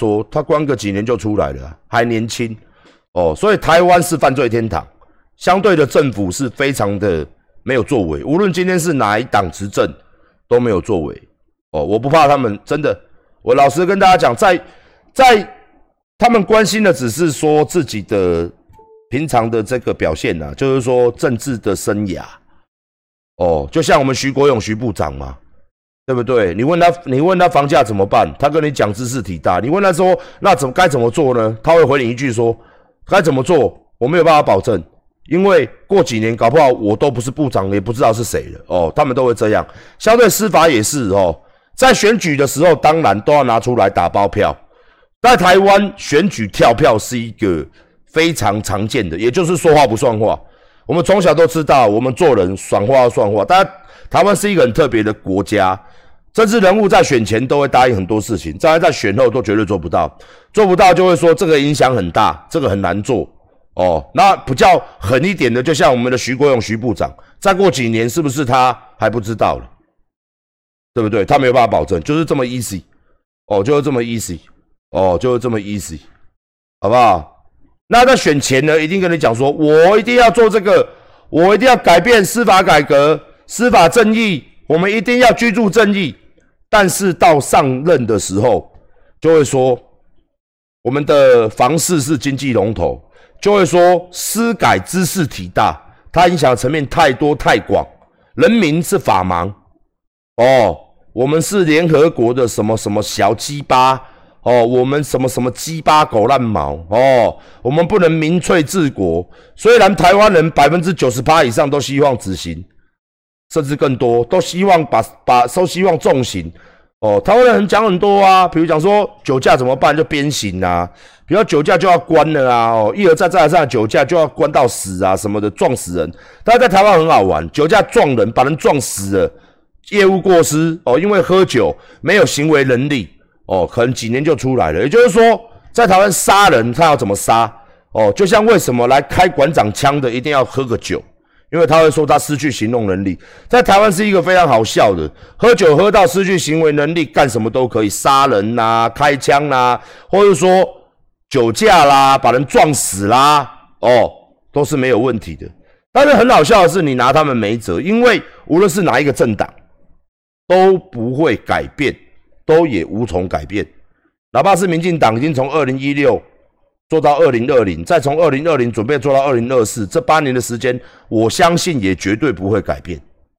说，他关个几年就出来了，还年轻哦，所以台湾是犯罪天堂，相对的政府是非常的没有作为，无论今天是哪一党执政都没有作为哦，我不怕他们，真的，我老实跟大家讲，在他们关心的只是说自己的平常的这个表现啊，就是说政治的生涯哦，就像我们徐国勇徐部长嘛。对不对？你问他房价怎么办？他跟你讲知识体大。你问他说那该怎么做呢？他会回你一句说该怎么做，我没有办法保证，因为过几年搞不好我都不是部长，也不知道是谁了哦。他们都会这样。相对司法也是哦，在选举的时候当然都要拿出来打包票。在台湾选举跳票是一个非常常见的，也就是说话不算话。我们从小都知道，我们做人算话要算话。当然，台湾是一个很特别的国家。政治人物在选前都会答应很多事情，在选后都绝对做不到，做不到就会说这个影响很大，这个很难做哦。那比较狠一点的，就像我们的徐国勇徐部长，再过几年是不是他还不知道了，对不对？他没有办法保证，就是这么 easy 哦，就是这么 easy 哦，就是这么 easy， 好不好？那在选前呢，一定跟你讲说，我一定要做这个，我一定要改变司法改革、司法正义，我们一定要居住正义。但是到上任的时候，就会说我们的房市是经济龙头，就会说司改知识体大，它影响的层面太多太广，人民是法盲哦，我们是联合国的什么什么小鸡巴哦，我们什么什么鸡巴狗烂毛哦，我们不能民粹治国。虽然台湾人90%以上都希望执行。甚至更多都希望都希望重刑哦。台湾人讲很多啊，比如讲说酒驾怎么办，就鞭刑啊；比如酒驾就要关了啊，哦，一而再再而三的酒驾就要关到死啊什么的，撞死人。但是在台湾很好玩，酒驾撞人，把人撞死了，业务过失哦，因为喝酒没有行为能力哦，可能几年就出来了。也就是说，在台湾杀人他要怎么杀哦？就像为什么来开馆长枪的一定要喝个酒。因为他会说他失去行动能力，在台湾是一个非常好笑的，喝酒喝到失去行为能力，干什么都可以，杀人啦、开枪啦，或者说酒驾啦、把人撞死啦，哦，都是没有问题的。但是很好笑的是，你拿他们没辙，因为无论是哪一个政党都不会改变，都也无从改变。哪怕是民进党已经从2016做到2020，再从2020准备做到2024，这8年的时间，我相信也绝对不会改变。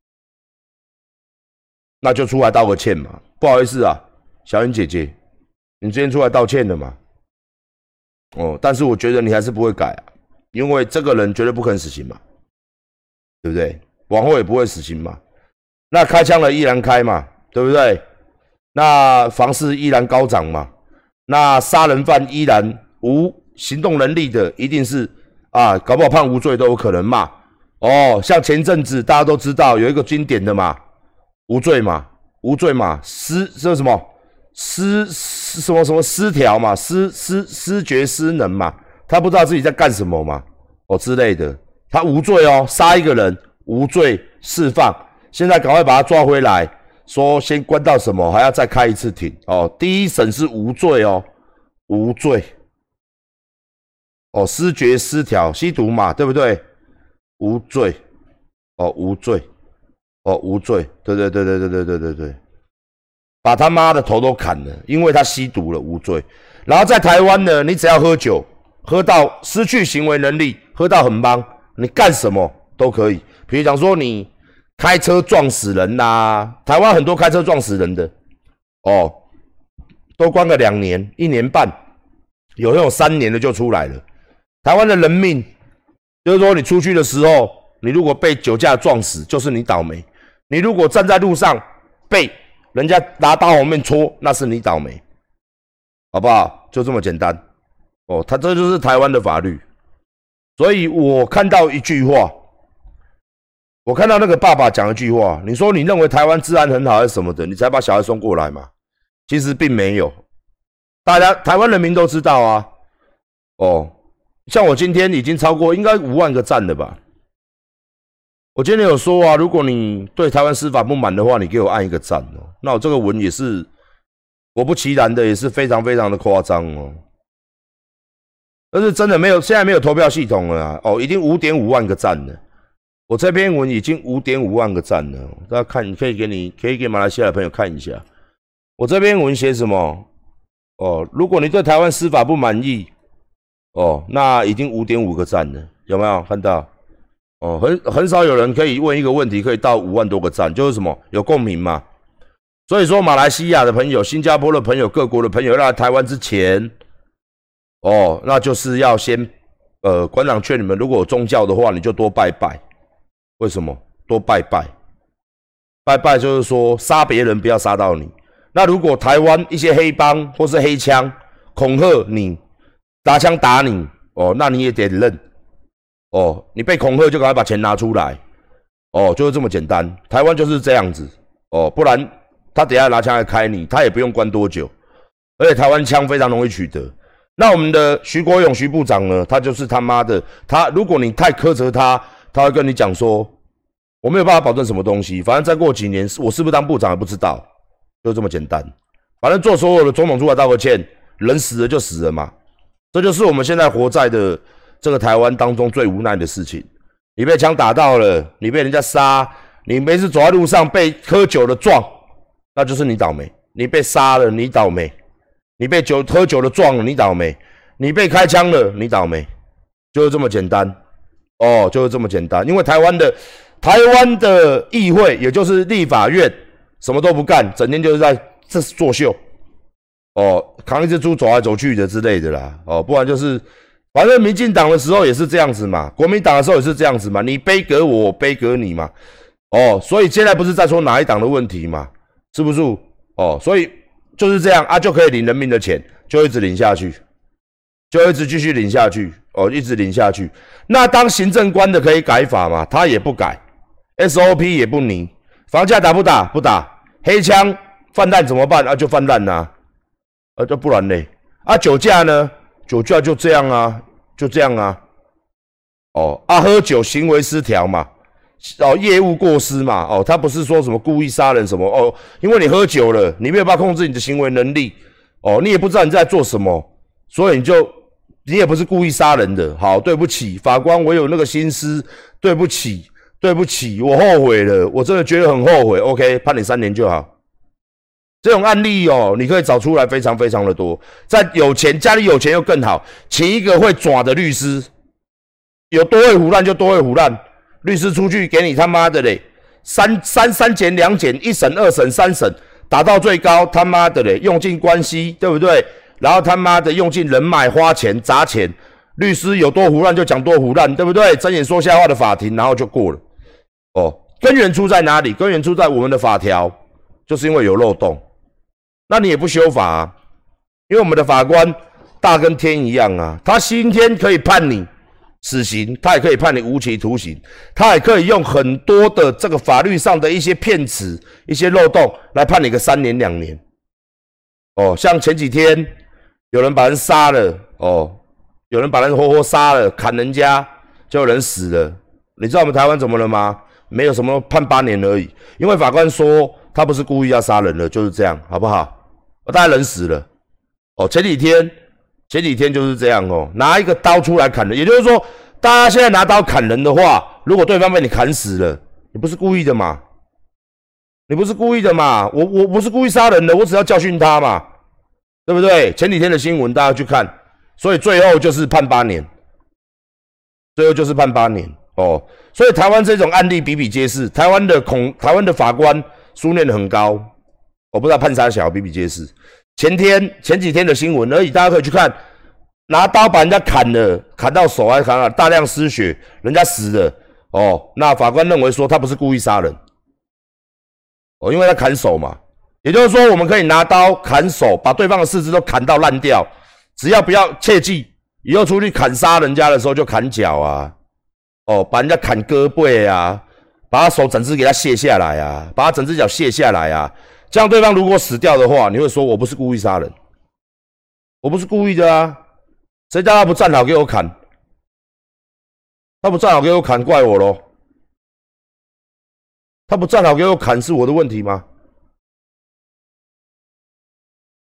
那就出来道个歉嘛，不好意思啊，小颖姐姐，你今天出来道歉了嘛？哦，但是我觉得你还是不会改啊，因为这个人绝对不可能死刑嘛，对不对？往后也不会死刑嘛。那开枪了依然开嘛，对不对？那房市依然高涨嘛，那杀人犯依然无行动能力的一定是啊，搞不好判无罪都有可能嘛。哦，像前阵子大家都知道有一个经典的嘛，无罪嘛，无罪嘛，这什么什么失调嘛，失觉失能嘛，他不知道自己在干什么嘛，哦之类的，他无罪哦，杀一个人无罪释放，现在赶快把他抓回来，说先关到什么，还要再开一次庭哦，第一审是无罪哦，无罪。哦，失觉失调，吸毒嘛，对不对？无罪，哦，无罪，哦，无罪，对，把他妈的头都砍了，因为他吸毒了，无罪。然后在台湾呢，你只要喝酒，喝到失去行为能力，喝到很茫，你干什么都可以。比如讲说你开车撞死人啦，台湾很多开车撞死人的，哦，都关个2年、1年半，有那种3年的就出来了。台湾的人命，就是说你出去的时候，你如果被酒驾撞死，就是你倒霉；你如果站在路上被人家拿刀后面戳，那是你倒霉，好不好？就这么简单。哦，这就是台湾的法律。所以我看到一句话，我看到那个爸爸讲一句话，你说你认为台湾治安很好还是什么的，你才把小孩送过来嘛？其实并没有，大家台湾人民都知道啊。哦。像我今天已经超过应该5万个赞了吧？我今天有说啊，如果你对台湾司法不满的话，你给我按一个赞哦。那我这个文也是果不其然的也是非常非常的夸张哦。但是真的没有，现在没有投票系统了啊！哦，已经5.5万个赞了。我这篇文已经5.5万个赞了，大家看，可以给马来西亚的朋友看一下。我这篇文写什么？哦，如果你对台湾司法不满意，哦，那已经5.5个赞了，有没有看到？哦，很少有人可以问一个问题，可以到5万多个赞，就是什么有共鸣嘛？所以说，马来西亚的朋友、新加坡的朋友、各国的朋友来台湾之前，哦，那就是要先，馆长劝你们，如果有宗教的话，你就多拜拜。为什么？多拜拜，拜拜就是说杀别人不要杀到你。那如果台湾一些黑帮或是黑枪恐吓你，拿枪打你，哦，那你也得认。哦，你被恐吓就赶快把钱拿出来。哦，就是这么简单。台湾就是这样子。哦，不然他等一下拿枪来开你，他也不用关多久。而且台湾枪非常容易取得。那我们的徐国勇徐部长呢？他就是他妈的，他如果你太苛责他，他会跟你讲说，我没有办法保证什么东西，反正再过几年，我是不是当部长也不知道，就这么简单。反正做所有的总统出来道个歉，人死了就死了嘛。这就是我们现在活在的这个台湾当中最无奈的事情。你被枪打到了，你被人家杀，你没事走在路上被喝酒的撞，那就是你倒霉。你被杀了，你倒霉。你被喝酒的撞了，你倒霉；你被开枪了，你倒霉，就是这么简单。哦，就是这么简单。因为台湾的议会，也就是立法院，什么都不干，整天就是在这作秀。哦，扛一只猪走来走去的之类的啦。哦，不然就是，反正民进党的时候也是这样子嘛，国民党的时候也是这样子嘛，你背革我，我背革你嘛。哦，所以现在不是在说哪一党的问题嘛，是不是？哦，所以。就是这样啊，就可以领人民的钱，就一直领下去，就一直继续领下去，哦，一直领下去。那当行政官的可以改法嘛？他也不改 ，SOP 也不拟，房价打不打？不打。黑枪泛滥怎么办？啊，就泛滥呐，就不然嘞。啊，酒驾呢？酒驾就这样啊，就这样啊。哦，啊，喝酒行为失调嘛。哦，业务过失嘛，哦，他不是说什么故意杀人什么哦，因为你喝酒了，你没有办法控制你的行为能力，哦，你也不知道你在做什么，所以你也不是故意杀人的，好，对不起，法官，我有那个心思，对不起，我后悔了，我真的觉得很后悔 ，OK， 判你3年就好。这种案例哦，你可以找出来非常非常的多，在有钱家里有钱又更好，请一个会抓的律师，有多会唬烂就多会唬烂。律师出去给你他妈的嘞，三检2检1审2审3审，打到最高，他妈的嘞，用尽关系，对不对？然后他妈的用尽人脉，花钱砸钱，律师有多胡乱就讲多胡乱，对不对？睁眼说瞎话的法庭，然后就过了。哦，根源出在哪里？根源出在我们的法条，就是因为有漏洞。那你也不修法啊，因为我们的法官大跟天一样啊，他今天可以判你死刑，他也可以判你无期徒刑，他也可以用很多的这个法律上的一些骗词、一些漏洞来判你个3年2年。哦，像前几天有人把人杀了，哦，有人把人活活杀了，砍人家就有人死了。你知道我们台湾怎么了吗？没有什么判8年而已，因为法官说他不是故意要杀人了，就是这样，好不好？大家人死了。哦，前几天就是这样哦，拿一个刀出来砍人，也就是说，大家现在拿刀砍人的话，如果对方被你砍死了，你不是故意的嘛？你不是故意的嘛？我不是故意杀人的，我只要教训他嘛，对不对？前几天的新闻大家去看，所以最后就是判8年，哦。所以台湾这种案例比比皆是，台湾的法官书念得很高，我不知道判啥小，比比皆是。前几天的新闻而已，大家可以去看，拿刀把人家砍了，砍到手还砍了，大量失血，人家死了。哦，那法官认为说他不是故意杀人，哦，因为他砍手嘛，也就是说我们可以拿刀砍手，把对方的四肢都砍到烂掉，只要不要切记，以后出去砍杀人家的时候就砍脚啊，哦，把人家砍胳膊啊，把他手整只给他卸下来啊，把他整只脚卸下来啊。这样对方如果死掉的话，你会说我不是故意杀人，我不是故意的啊，谁叫他不站好给我砍？他不站好给我砍，怪我咯。他不站好给我砍是我的问题吗？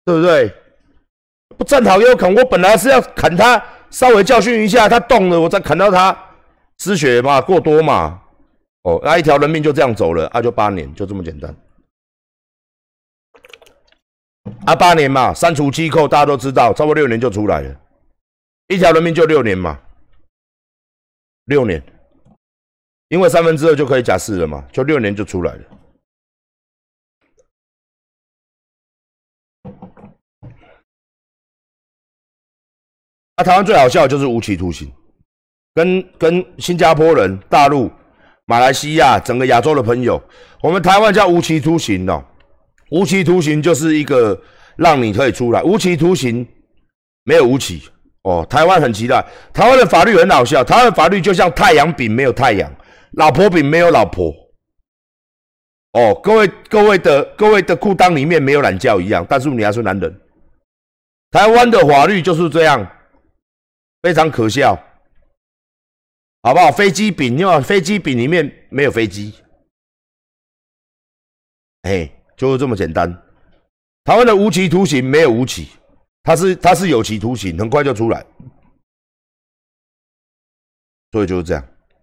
对不对？不正好也有可能，我本来是要砍他，稍微教训一下，他动了，我再砍到他失血嘛，过多嘛。哦，那一条人命就这样走了，就8年，就这么简单。8年嘛，删除机构大家都知道，差不多6年就出来了，一条人命就6年嘛，6年，因为2/3就可以假释了嘛，就6年就出来了。台湾最好笑的就是无期徒刑，跟新加坡人、大陆、马来西亚整个亚洲的朋友，我们台湾叫无期徒刑哦。无期徒刑就是一个让你可以出来，无期徒刑没有无期哦。台湾很奇怪，台湾的法律很好笑，台湾的法律就像太阳饼没有太阳，老婆饼没有老婆。哦，各位的裤裆里面没有懒觉一样，但是你还是男人。台湾的法律就是这样。非常可笑，好不好？飞机饼，因为飞机饼里面没有飞机，就是这么简单。台湾的无期徒刑没有无期，它是有期徒刑，很快就出来，所以就是这样。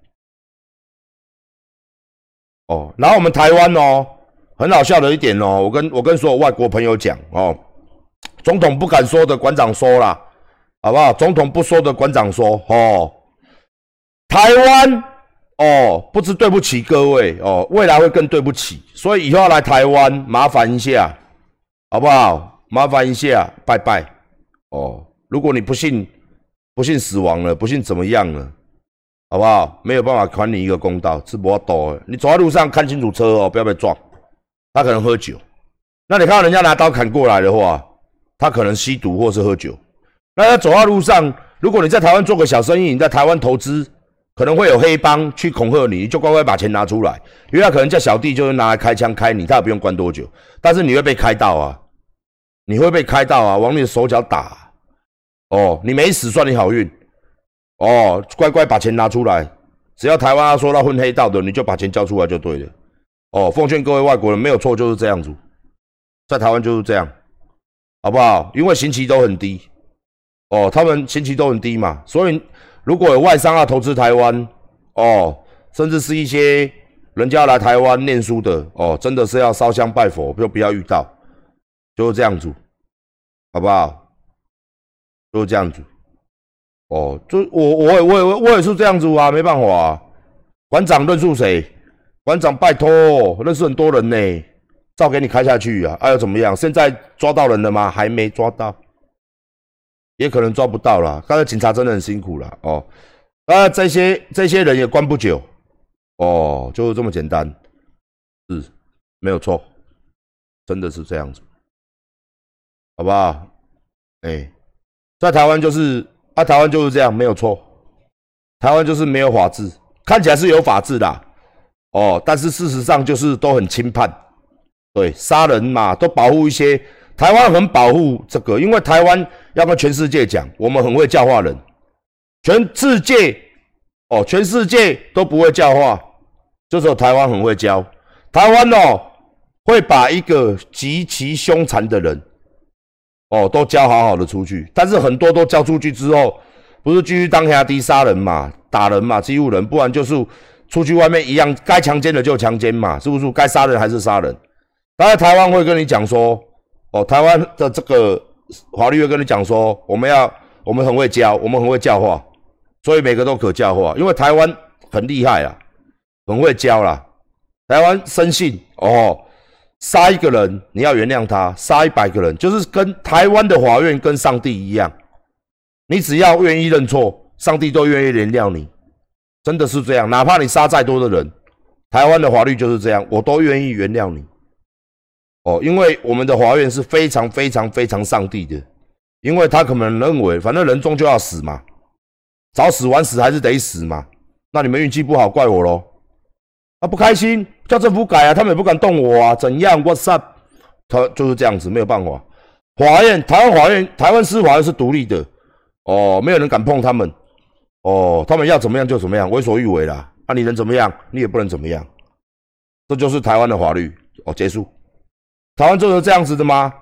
哦，然后我们台湾哦，很好笑的一点哦，我跟所有外国朋友讲哦，总统不敢说的，馆长说啦。好不好？总统不说的，馆长说哦。台湾哦，不知对不起各位哦，未来会更对不起，所以以后要来台湾麻烦一下，好不好？麻烦一下，拜拜哦。如果你不幸死亡了，不幸怎么样了，好不好？没有办法还你一个公道，是不多的。你走在路上看清楚车哦，不要被撞。他可能喝酒，那你看到人家拿刀砍过来的话，他可能吸毒或是喝酒。那他走在路上，如果你在台湾做个小生意，你在台湾投资，可能会有黑帮去恐吓你，你就乖乖把钱拿出来，因为他可能叫小弟就是拿来开枪开你，他也不用关多久，但是你会被开到啊，你会被开到啊，往你的手脚打，哦，你没死算你好运，哦，乖乖把钱拿出来，只要台湾他说到混黑道的，你就把钱交出来就对了，哦，奉劝各位外国人，没有错，就是这样子，在台湾就是这样，好不好？因为刑期都很低。哦，他们刑期都很低嘛，所以如果有外商要投资台湾，哦，甚至是一些人家来台湾念书的，哦，真的是要烧香拜佛，就不要遇到，就是这样子，好不好？就是这样子，哦，就我也是这样子啊，没办法啊。馆长认识谁？馆长拜托，认识很多人呢，照给你开下去啊，又怎么样？现在抓到人了吗？还没抓到。也可能抓不到啦，刚才警察真的很辛苦啦哦。这些人也关不久哦，就是这么简单，是没有错，真的是这样子，好不好？在台湾就是台湾就是这样，没有错，台湾就是没有法治，看起来是有法治啦，哦，但是事实上就是都很轻判，对，杀人嘛，都保护一些。台湾很保护这个，因为台湾要跟全世界讲，我们很会教化人。全世界都不会教化，就只有台湾很会教。台湾哦，会把一个极其凶残的人，哦，都教好好的出去。但是很多都教出去之后，不是继续当兄弟杀人嘛，打人嘛，欺负人，不然就是出去外面一样，该强奸的就强奸嘛，是不是？该杀人还是杀人。当然，台湾会跟你讲说。哦，台湾的这个法律会跟你讲说，我们很会教，我们很会教化，所以每个都可教化，因为台湾很厉害啦，很会教啦。台湾生性哦，杀一个人你要原谅他，杀100个人就是跟台湾的法院跟上帝一样，你只要愿意认错，上帝都愿意原谅你，真的是这样。哪怕你杀再多的人，台湾的法律就是这样，我都愿意原谅你。哦，因为我们的法院是非常非常非常上帝的，因为他可能认为，反正人终究要死嘛，早死晚死还是得死嘛。那你们运气不好，怪我咯。不开心，叫政府改啊，他们也不敢动我啊，怎样 ？What's up？ 他就是这样子，没有办法。台湾司法院是独立的，哦，没有人敢碰他们，哦，他们要怎么样就怎么样，为所欲为啦。你能怎么样，你也不能怎么样，这就是台湾的法律。哦，结束。台湾就是这样子的吗？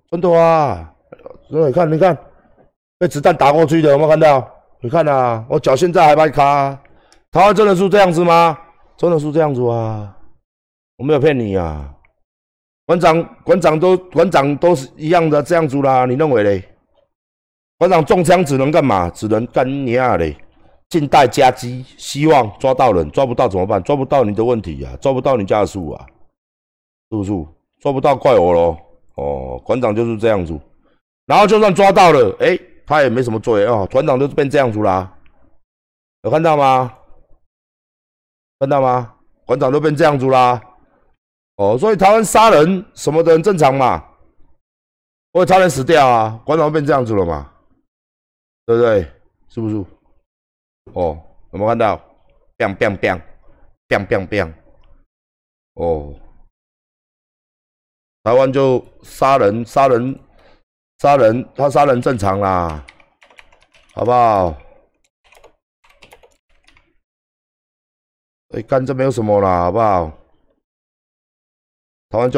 真的啊！真的，你看，被子弹打过去的，有没有看到？你看啊，我脚现在还在卡。台湾真的是这样子吗？真的是这样子啊！我没有骗你啊。馆长都是一样的这样子啦，你认为嘞？馆长中枪只能干嘛？只能干你啊嘞！静待夹击，希望抓到人，抓不到怎么办？抓不到你的问题啊，抓不到你家的树啊，是不是？抓不到怪我咯。哦，馆长就是这样子。然后就算抓到了，他也没什么罪哦。团长就变这样子啦，有看到吗？看到吗？馆长都变这样子啦。哦，所以台湾杀人什么的很正常嘛，我差点死掉啊，馆长变这样子了嘛，对不对？是不是？哦，有没有看到 ？biang biang biang biang biang biang， 哦，台湾就杀人，他杀人正常啦，好不好？干这没有什么啦，好不好？台湾就。